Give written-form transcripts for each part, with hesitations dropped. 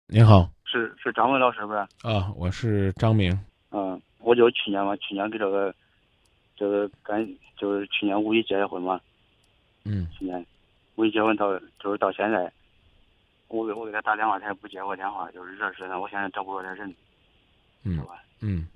您好。 是张伟老师不是？ 啊，我是张明。 我就去年嘛，去年给就是去年五一结的婚嘛。 嗯去年五一结婚到现在，我给他打电话，他也不接我电话，就是热身的。我现在找不着这人，知嗯道吧？ 嗯，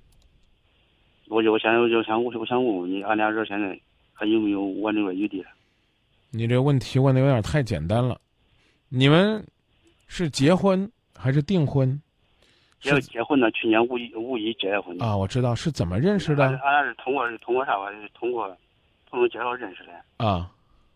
我想问问你，俺俩这现在还有没有挽留的余地了？ 你这问题问的有点太简单了。你们是结婚还是订婚？ 结婚呢？去年五一结的婚的。 啊，我知道是怎么认识的。 俺俩是通过啥吧？是通过朋友介绍认识的。 啊，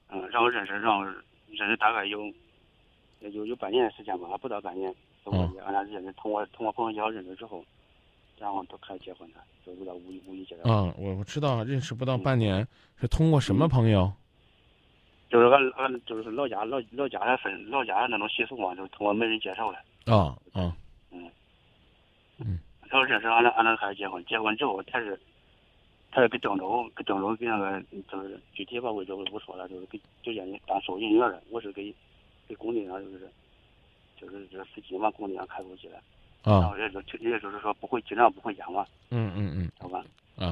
然后认识大概也就半年的时间吧，还不到半年。俺俩认识通过朋友介绍认识之后，然后都开始结婚了，就是到五一结的婚。 我知道认识不到半年，是通过什么朋友？ 就是俺就是老家的那种习俗嘛，就是通过媒人介绍的。 啊。 嗯。 嗯。 然后认识俺俩开始结婚，结婚之后他是给郑州给那个就是具体吧我就不说了，就是给酒店里当收银员的，我是给工地上就是这司机嘛，工地上开过去的。然后也就是说经常不回家嘛。知道吧？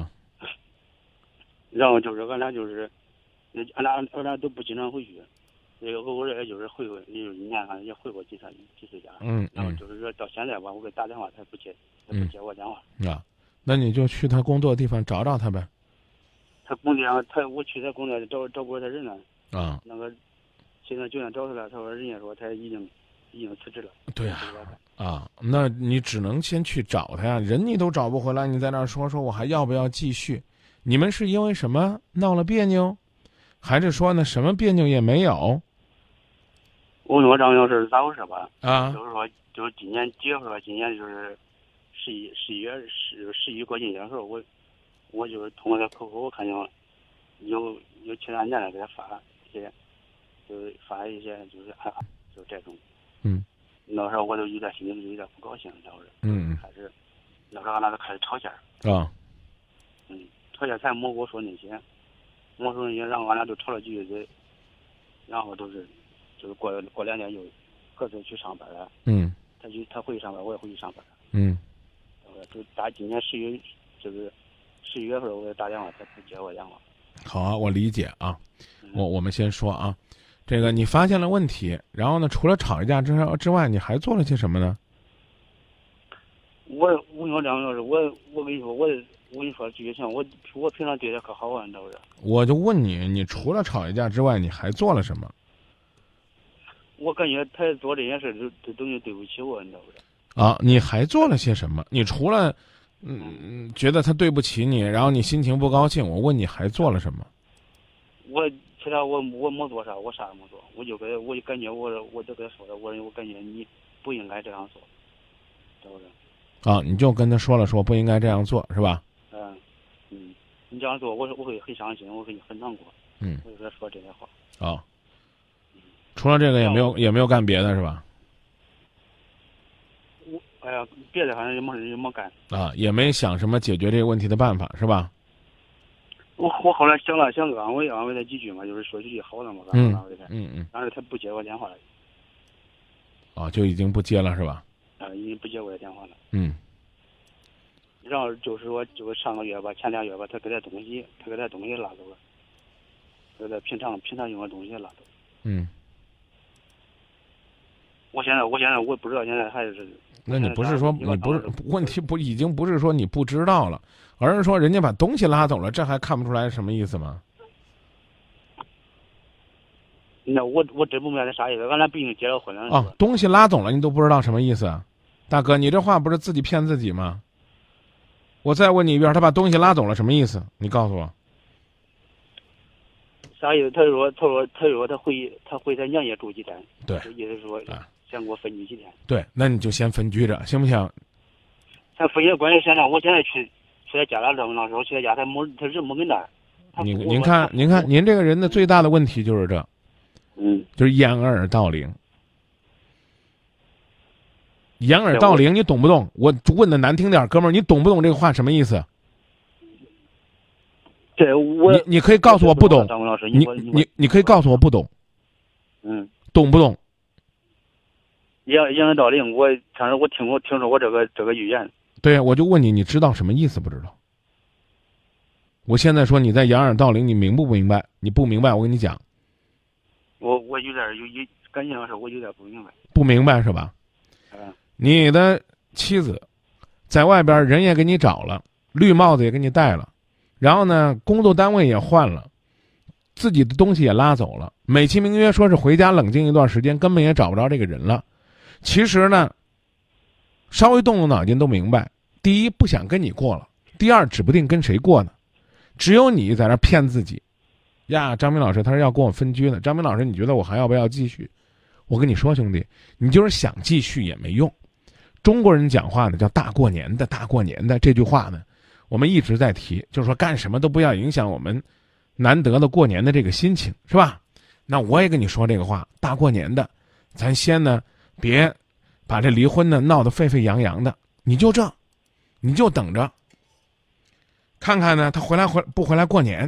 然后就是俺俩都不经常回去，偶尔也就是回，就是一年也回过几次家。然后就是说到现在吧，我给打电话他不接我电话。 那你就去他工作的地方找找他呗。 他工地上我去他工地上找不着他人了。那个现在酒店找他了，他说人家说他已经辞职了。 对那你只能先去找他呀，人你都找不回来，你在那儿说我还要不要继续？你们是因为什么闹了别扭，还是说呢什么别扭也没有？ 我跟我张老师咋回事吧？ 就是说就是今年几月份吧？今年就是十一国庆节的时候，我就是通过他 QQ 我看见有其他年的给他发一些，就是发一些就是就这种。那时候我都心里有点不高兴，知道不？开始那时候俺俩就开始吵架。吵架才没跟我说那些，然后俺俩就吵了几句嘴，然后就是过2天就各自去上班了。他回去上班，我也回去上班。就今年11月份我给他打电话，他不接我电话。 好啊，我理解啊。我们先说啊，这个你发现了问题，然后呢，除了吵一架之外，你还做了些什么呢？ 我跟我张老师，我跟你说具体情况，我平常对他可好啊，你知道不是？ 我就问你，你除了吵一架之外，你还做了什么？ 我感觉他做这件事都等于对不起我，你知道不是？ 你还做了些什么？你除了觉得他对不起你，然后你心情不高兴，我问你还做了什么？ 其他我没做啥，我啥也没做，我就感觉我就跟他说了，我感觉你不应该这样做，知道不是？ 你就跟他说不应该这样做，是吧？ 你这样做，我会很伤心，我会很难过。我就跟他说这些话。 除了这个也没有干别的，是吧？ 别的好像也没干。 也没想什么解决这个问题的办法，是吧？ 我后来想安慰他几句嘛，就是说几句好的嘛，安慰他。但是他不接我电话了。 就已经不接了，是吧？ 已经不接我的电话了。然后就是说，就是上个月吧，前2个月吧，他给他东西拉走了，给他平常用的东西拉走了。我现在我不知道现在还是。 那你不是说你不是问题已经不是说你不知道了，而是说人家把东西拉走了，这还看不出来什么意思吗？ 那我真不明白他啥意思，俺俩毕竟结了婚了。 东西拉走了，你都不知道什么意思啊？大哥，你这话不是自己骗自己吗？我再问你一遍，他把东西拉走了什么意思？你告诉我。 啥意思？他说他回他娘家住几天。 对， 意思是说想给我分居几天。 对，那你就先分居着，行不行？ 他分居关键现在，我现在去他家了，郑老师，我去他家，他人没跟那儿。 您看，您这个人的最大的问题就是这。就是掩耳盗铃。掩耳盗铃，你懂不懂？我问的难听点，哥们儿，你懂不懂这个话什么意思？ 对， 你可以告诉我不懂。你可以告诉我不懂。懂不懂？ 掩耳盗铃。当时我听说过这个预言。 对，我就问你，你知道什么意思不知道？我现在说你在掩耳盗铃，你明不明白？你不明白，我跟你讲。 我有点感情的事，我有点不明白。 不明白是吧？你的妻子在外边人也给你找了，绿帽子也给你戴了，然后呢，工作单位也换了，自己的东西也拉走了，美其名曰说是回家冷静一段时间，根本也找不着这个人了。其实呢，稍微动动脑筋都明白，第一不想跟你过了，第二指不定跟谁过呢。只有你在那骗自己呀，张明老师他是要跟我分居的。张明老师，你觉得我还要不要继续？我跟你说兄弟，你就是想继续也没用。中国人讲话呢叫大过年的大过年的，这句话呢我们一直在提，就是说干什么都不要影响我们难得的过年的这个心情，是吧？那我也跟你说这个话，大过年的咱先呢别把这离婚呢闹得沸沸扬扬的，你就等着看看呢他不回来过年，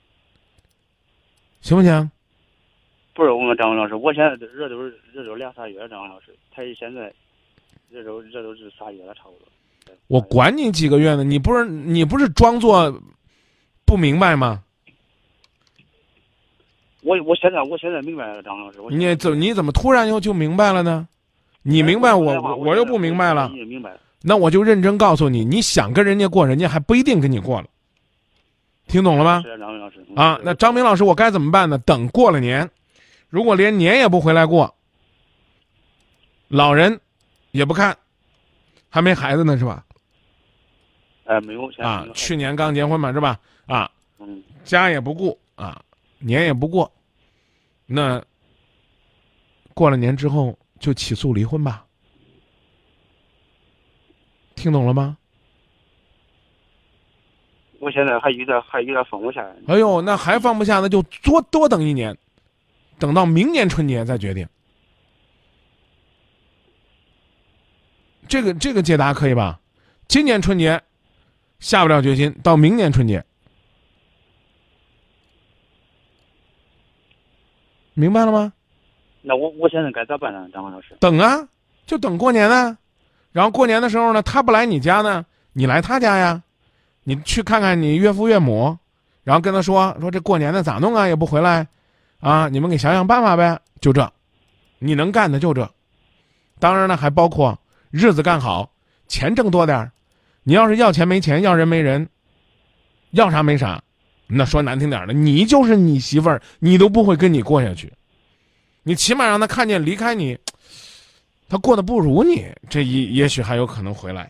行不行？ 不是，我跟张文老师，我现在这都是2-3月，张文老师，他现在这都是3月了，差不多。 我管你几个月呢？你不是装作不明白吗？ 我现在明白了，张老师。 你怎么突然就明白了呢？你明白我又不明白了。 明白了。 那我就认真告诉你，你想跟人家过，人家还不一定跟你过了。听懂了吗？ 是张明老师。 啊，那张明老师，我该怎么办呢？等过了年，如果连年也不回来过，老人也不看，还没孩子呢是吧？ 没有。 啊，去年刚结婚嘛是吧？啊， 嗯， 家也不顾啊，年也不过，那过了年之后就起诉离婚吧。听懂了吗？ 我现在还有点放不下。 哎呦，那还放不下，那就多等一年，等到明年春节再决定。这个解答可以吧？今年春节下不了决心，到明年春节，明白了吗？ 那我现在该咋办呢，张老师？ 等啊，就等过年啊。然后过年的时候呢，他不来你家呢，你来他家呀。你去看看你岳父岳母，然后跟他说这过年的咋弄啊，也不回来，啊，你们给想想办法呗。就这，你能干的就这。当然呢，还包括日子干好，钱挣多点。你要是要钱没钱，要人没人，要啥没啥，那说难听点的，你就是你媳妇儿，你都不会跟你过下去。你起码让他看见离开你，他过得不如你，这也许还有可能回来。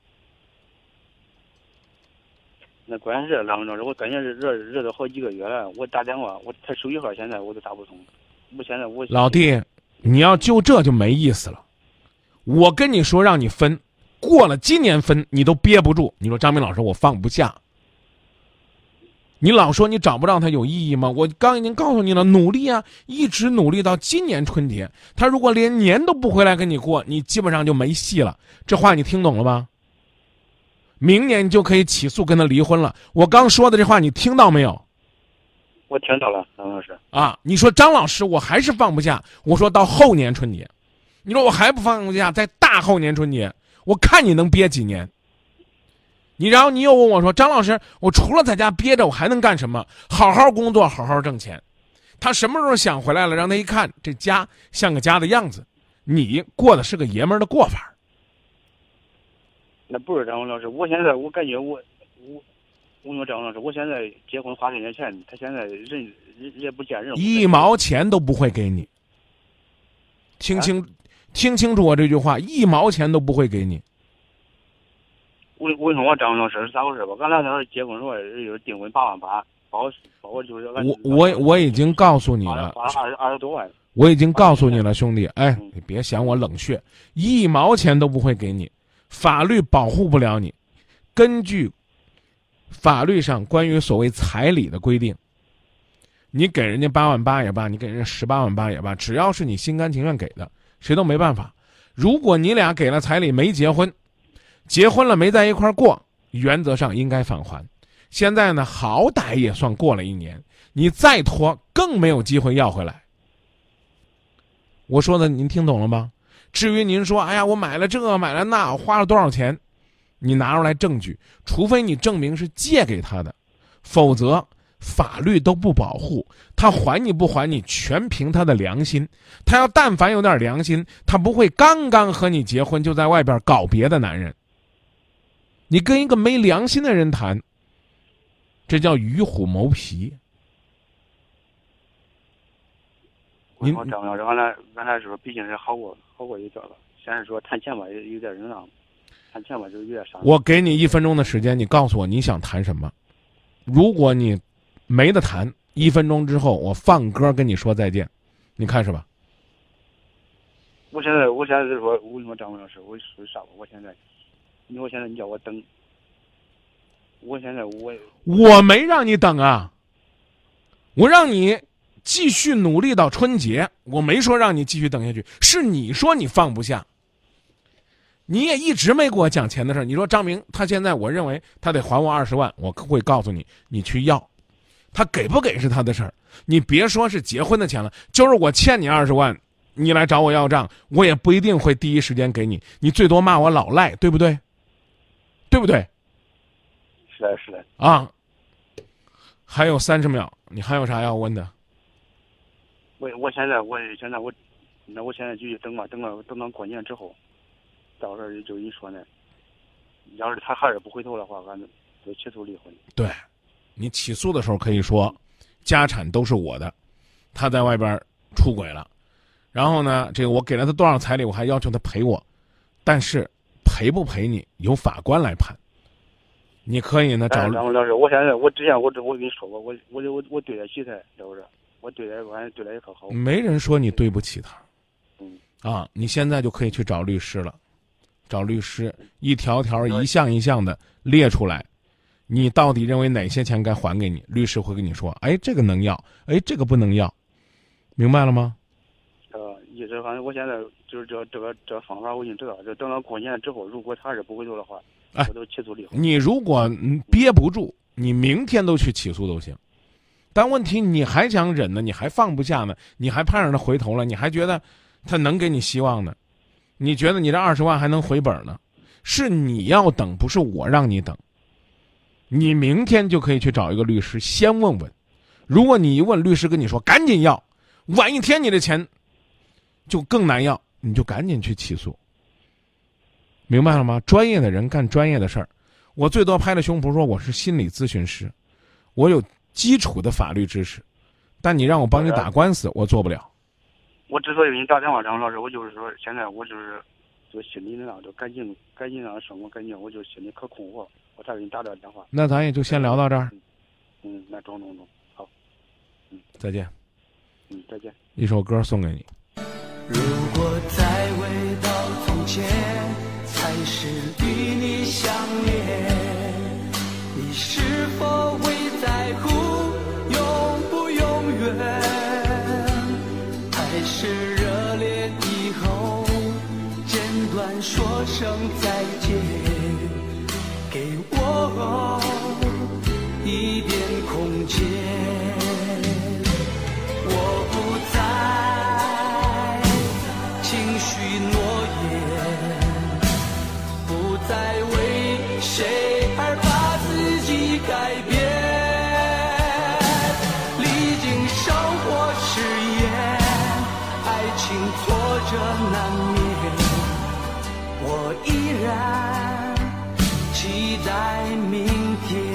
那关键是张老师，我感觉热都好几个月了，我打电话，他手机号现在我都打不通。老弟，你要就这就没意思了。我跟你说让你分，过了今年分你都憋不住。你说张明老师我放不下，你老说你找不着他有意义吗？我刚已经告诉你了，努力啊，一直努力到今年春节。他如果连年都不回来跟你过，你基本上就没戏了。这话你听懂了吗？明年你就可以起诉跟他离婚了。我刚说的这话你听到没有？ 我听到了，张老师。 啊，你说张老师我还是放不下。我说到后年春节，你说我还不放不下，在大后年春节，我看你能憋几年。然后你又问我说，张老师，我除了在家憋着，我还能干什么？好好工作，好好挣钱。他什么时候想回来了，让他一看这家像个家的样子，你过的是个爷们儿的过法。 那不是张老师，我现在我感觉我说张老师，我现在结婚花这些钱，他现在人也不见人 ，1毛钱都不会给你。听清楚我这句话，1毛钱都不会给你。 我跟你说，张老师是咋回事吧？刚才他结婚时候就是订婚8万8，包就是我已经告诉你了， 花了20多万。 我已经告诉你了，兄弟，哎，你别嫌我冷血，1毛钱都不会给你，法律保护不了你。根据法律上关于所谓彩礼的规定，你给人家8万8也罢，你给人家18万8也罢，只要是你心甘情愿给的，谁都没办法。如果你俩给了彩礼没结婚，结婚了没在一块过，原则上应该返还。现在呢，好歹也算过了1年，你再拖更没有机会要回来。我说的您听懂了吗？ 至于您说，哎呀，我买了这买了那，我花了多少钱，你拿出来证据，除非你证明是借给他的，否则法律都不保护他，还你不还你全凭他的良心。他要但凡有点良心，他不会刚刚和你结婚就在外边搞别的男人。你跟一个没良心的人谈，这叫与虎谋皮。 我张老师原来说毕竟是好过一点了，现在说谈钱吧有点忍让，谈钱吧就有点伤。 我给你1分钟的时间，你告诉我你想谈什么。如果你没得谈，1分钟之后我放歌跟你说再见，你看是吧？ 我现在是说，我跟你说张老师，我说啥吧？我现在你叫我等，我现在我没让你等啊，我让你继续努力到春节，我没说让你继续等下去，是你说你放不下。你也一直没给我讲钱的事儿。你说张明他现在我认为他得还我20万，我会告诉你，你去要，他给不给是他的事儿。你别说是结婚的钱了，就是我欠你20万，你来找我要账，我也不一定会第一时间给你，你最多骂我老赖，对不对？对不对？ 是的啊，还有30秒，你还有啥要问的？ 我现在继续等吧，等到过年之后，到时候就你说呢，要是他还是不回头的话，反正就起诉离婚。 对，你起诉的时候可以说，家产都是我的，他在外边出轨了，然后呢，这个我给了他多少彩礼，我还要求他赔我，但是赔不赔你由法官来判。你可以呢找。 张老师，我之前我跟你说过，我对得起他，是不是？我对他也可好。 没人说你对不起他。 嗯。 啊，你现在就可以去找律师了，找律师一条条一项一项的列出来，你到底认为哪些钱该还给你？律师会跟你说，哎，这个能要，哎，这个不能要，明白了吗？ 一直反正我现在就是这方法我已经知道，就等到过年之后，如果他是不回头的话，我都起诉离婚。 你如果憋不住，你明天都去起诉都行。但问题你还想忍呢，你还放不下呢，你还盼着他回头了，你还觉得他能给你希望呢，你觉得你这20万还能回本呢？是你要等，不是我让你等。你明天就可以去找一个律师先问问，如果你一问，律师跟你说赶紧要，晚一天你的钱就更难要，你就赶紧去起诉。明白了吗？专业的人干专业的事儿，我最多拍了胸脯说我是心理咨询师，我有基础的法律知识，但你让我帮你打官司，我做不了。 我之所以给你打电话，张老师，我就是说现在我就心里那样，就赶紧让生活赶紧，我就心里可困惑，我才给你打这个电话。 那咱也就先聊到这儿。 那中，好。 再见。 再见。 一首歌送给你。 如果再回到从前，才是与你相恋，你是否会在乎永不永远？还是热恋以后简短说声再见，给我一点空间。我不再轻许诺言，不再为谁而把自己改变，历经生活试验，爱情挫折难免，我依然期待明天。